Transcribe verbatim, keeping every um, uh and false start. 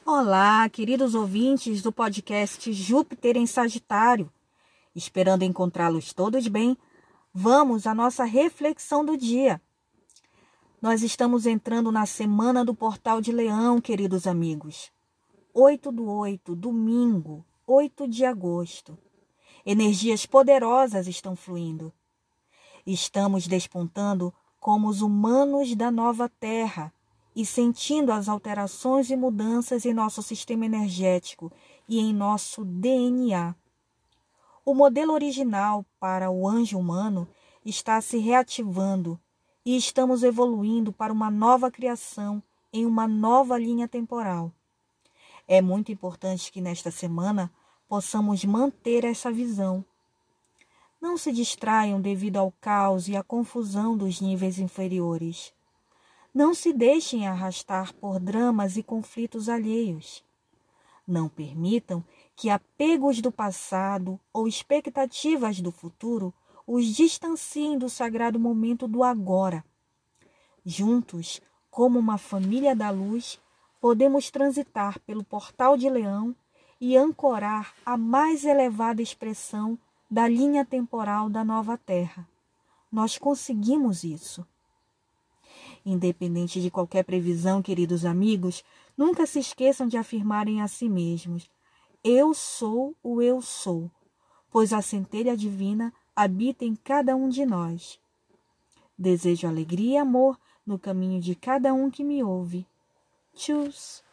Olá, queridos ouvintes do podcast Júpiter em Sagitário. Esperando encontrá-los todos bem, vamos à nossa reflexão do dia. Nós estamos entrando na semana do Portal de Leão, queridos amigos. oito do oito, domingo, oito de agosto. Energias poderosas estão fluindo. Estamos despontando como os humanos da nova Terra, e sentindo as alterações e mudanças em nosso sistema energético e em nosso D N A. O modelo original para o anjo humano está se reativando e estamos evoluindo para uma nova criação em uma nova linha temporal. É muito importante que nesta semana possamos manter essa visão. Não se distraiam devido ao caos e à confusão dos níveis inferiores. Não se deixem arrastar por dramas e conflitos alheios. Não permitam que apegos do passado ou expectativas do futuro os distanciem do sagrado momento do agora. Juntos, como uma família da luz, podemos transitar pelo portal de Leão e ancorar a mais elevada expressão da linha temporal da nova Terra. Nós conseguimos isso. Independente de qualquer previsão, queridos amigos, nunca se esqueçam de afirmarem a si mesmos: eu sou o eu sou, pois a centelha divina habita em cada um de nós. Desejo alegria e amor no caminho de cada um que me ouve. Tchus!